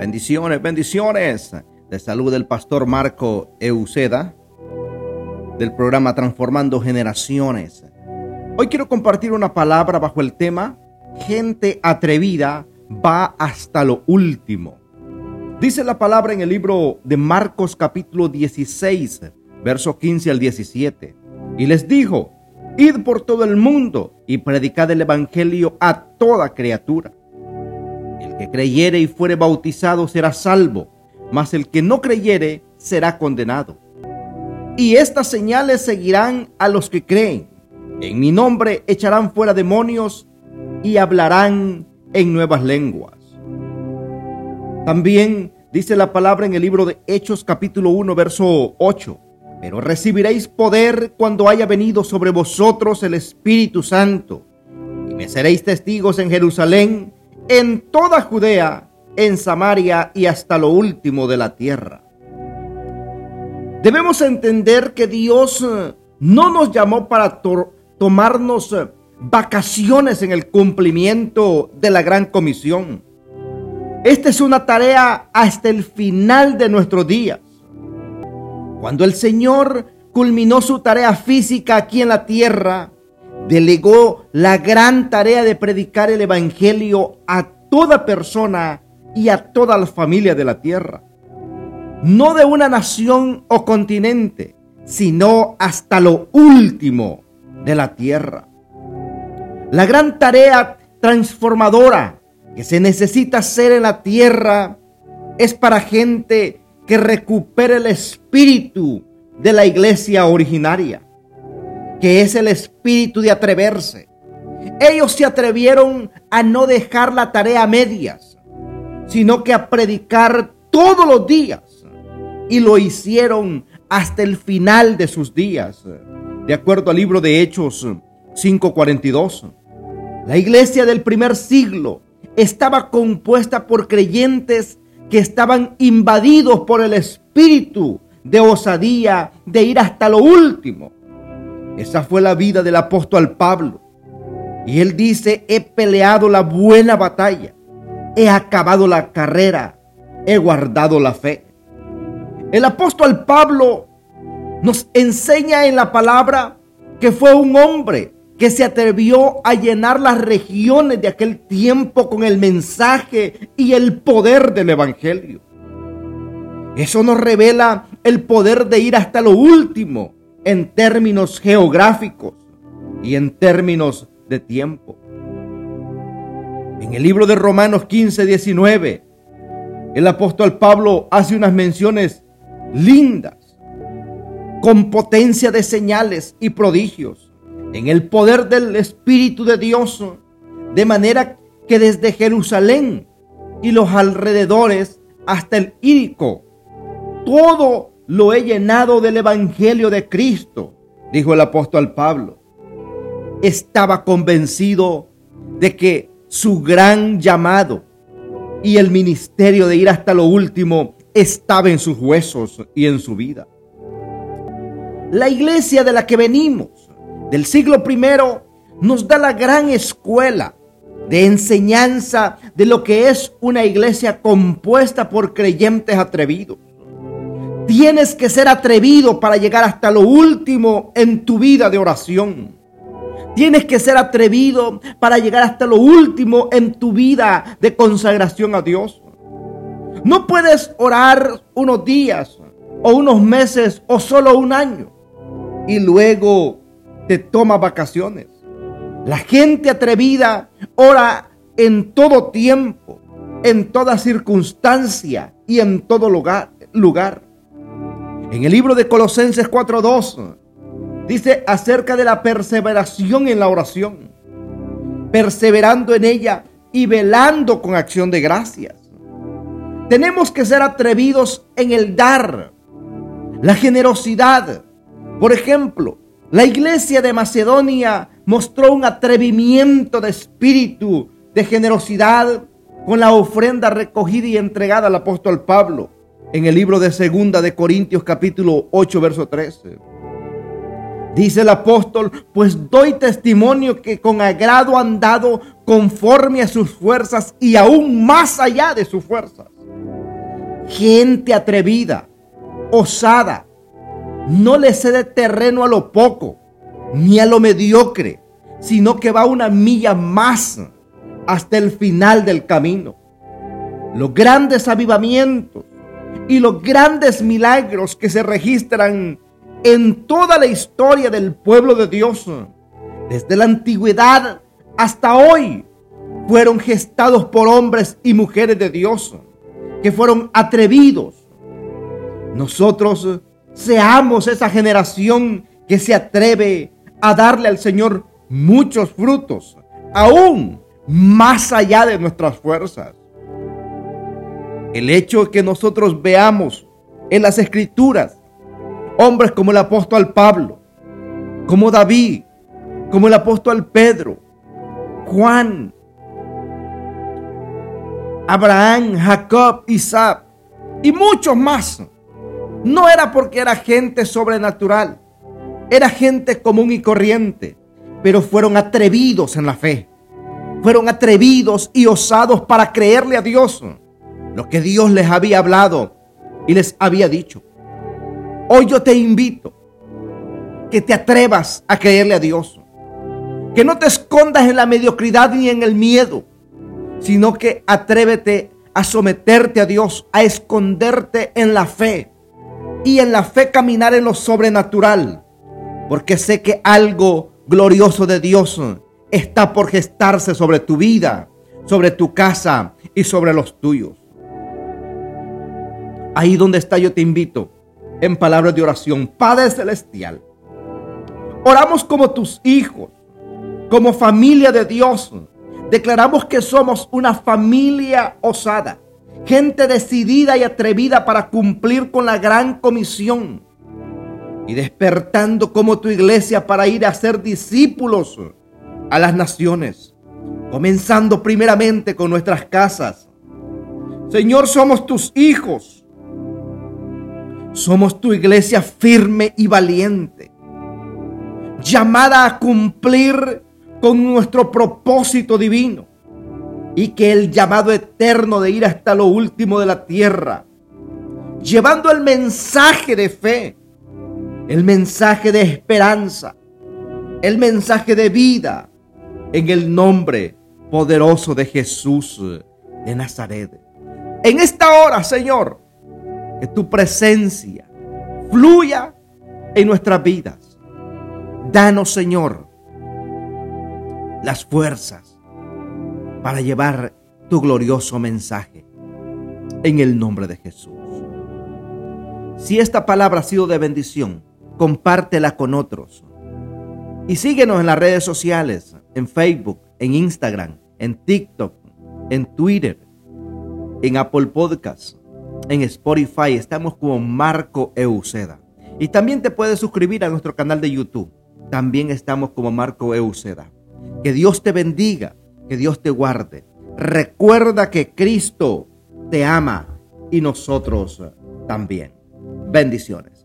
Bendiciones, bendiciones. De salud del pastor Marco Euseda, del programa Transformando Generaciones. Hoy quiero compartir una palabra bajo el tema gente atrevida va hasta lo último. Dice la palabra en el libro de Marcos capítulo 16, verso 15 al 17. Y les dijo: id por todo el mundo y predicad el evangelio a toda criatura. El que creyere y fuere bautizado será salvo, mas el que no creyere será condenado. Y estas señales seguirán a los que creen. En mi nombre echarán fuera demonios y hablarán en nuevas lenguas. También dice la palabra en el libro de Hechos capítulo 1 verso 8. Pero recibiréis poder cuando haya venido sobre vosotros el Espíritu Santo, y me seréis testigos en Jerusalén, en toda Judea, en Samaria y hasta lo último de la tierra. Debemos entender que Dios no nos llamó para tomarnos vacaciones en el cumplimiento de la gran comisión. Esta es una tarea hasta el final de nuestros días. Cuando el Señor culminó su tarea física aquí en la tierra, delegó la gran tarea de predicar el evangelio a toda persona y a toda la familia de la tierra. No de una nación o continente, sino hasta lo último de la tierra. La gran tarea transformadora que se necesita hacer en la tierra es para gente que recupere el espíritu de la iglesia originaria, que es el espíritu de atreverse. Ellos se atrevieron a no dejar la tarea a medias, sino que a predicar todos los días, y lo hicieron hasta el final de sus días, de acuerdo al libro de Hechos 5:42. La iglesia del primer siglo estaba compuesta por creyentes que estaban invadidos por el espíritu de osadía, de ir hasta lo último. Esa fue la vida del apóstol Pablo. Y él dice: he peleado la buena batalla, he acabado la carrera, he guardado la fe. El apóstol Pablo nos enseña en la palabra que fue un hombre que se atrevió a llenar las regiones de aquel tiempo con el mensaje y el poder del evangelio. Eso nos revela el poder de ir hasta lo último en términos geográficos y en términos de tiempo. En el libro de Romanos 15:19, el apóstol Pablo hace unas menciones lindas, con potencia de señales y prodigios, en el poder del Espíritu de Dios, de manera que desde Jerusalén y los alrededores hasta el Ilírico, todo lo he llenado del evangelio de Cristo, dijo el apóstol Pablo. Estaba convencido de que su gran llamado y el ministerio de ir hasta lo último estaba en sus huesos y en su vida. La iglesia de la que venimos, del siglo I, nos da la gran escuela de enseñanza de lo que es una iglesia compuesta por creyentes atrevidos. Tienes que ser atrevido para llegar hasta lo último en tu vida de oración. Tienes que ser atrevido para llegar hasta lo último en tu vida de consagración a Dios. No puedes orar unos días o unos meses o solo un año y luego te toma vacaciones. La gente atrevida ora en todo tiempo, en toda circunstancia y en todo lugar. En el libro de Colosenses 4:2 dice acerca de la perseveración en la oración, perseverando en ella y velando con acción de gracias. Tenemos que ser atrevidos en el dar, la generosidad. Por ejemplo, la iglesia de Macedonia mostró un atrevimiento de espíritu, de generosidad, con la ofrenda recogida y entregada al apóstol Pablo en el libro de 2 de Corintios capítulo 8 verso 13. Dice el apóstol: pues doy testimonio que con agrado han dado conforme a sus fuerzas y aún más allá de sus fuerzas. Gente atrevida, osada, no le cede terreno a lo poco, ni a lo mediocre, sino que va una milla más hasta el final del camino. Los grandes avivamientos y los grandes milagros que se registran en toda la historia del pueblo de Dios, desde la antigüedad hasta hoy, fueron gestados por hombres y mujeres de Dios, que fueron atrevidos. Nosotros seamos esa generación que se atreve a darle al Señor muchos frutos, aún más allá de nuestras fuerzas. El hecho de que nosotros veamos en las Escrituras hombres como el apóstol Pablo, como David, como el apóstol Pedro, Juan, Abraham, Jacob, Isaac y muchos más, no era porque era gente sobrenatural, era gente común y corriente, pero fueron atrevidos en la fe, fueron atrevidos y osados para creerle a Dios lo que Dios les había hablado y les había dicho. Hoy yo te invito que te atrevas a creerle a Dios, que no te escondas en la mediocridad ni en el miedo, sino que atrévete a someterte a Dios, a esconderte en la fe y en la fe caminar en lo sobrenatural, porque sé que algo glorioso de Dios está por gestarse sobre tu vida, sobre tu casa y sobre los tuyos. Ahí donde está, yo te invito en palabras de oración. Padre Celestial, oramos como tus hijos, como familia de Dios. Declaramos que somos una familia osada, gente decidida y atrevida para cumplir con la gran comisión, y despertando como tu iglesia para ir a ser discípulos a las naciones, comenzando primeramente con nuestras casas. Señor, somos tus hijos, somos tu iglesia firme y valiente, llamada a cumplir con nuestro propósito divino, y que el llamado eterno de ir hasta lo último de la tierra, llevando el mensaje de fe, el mensaje de esperanza, el mensaje de vida, en el nombre poderoso de Jesús de Nazaret. En esta hora, Señor, que tu presencia fluya en nuestras vidas. Danos, Señor, las fuerzas para llevar tu glorioso mensaje, en el nombre de Jesús. Si esta palabra ha sido de bendición, compártela con otros. Y síguenos en las redes sociales, en Facebook, en Instagram, en TikTok, en Twitter, en Apple Podcasts, en Spotify. Estamos como Marco Euceda. Y también te puedes suscribir a nuestro canal de YouTube. También estamos como Marco Euceda. Que Dios te bendiga, que Dios te guarde. Recuerda que Cristo te ama y nosotros también. Bendiciones.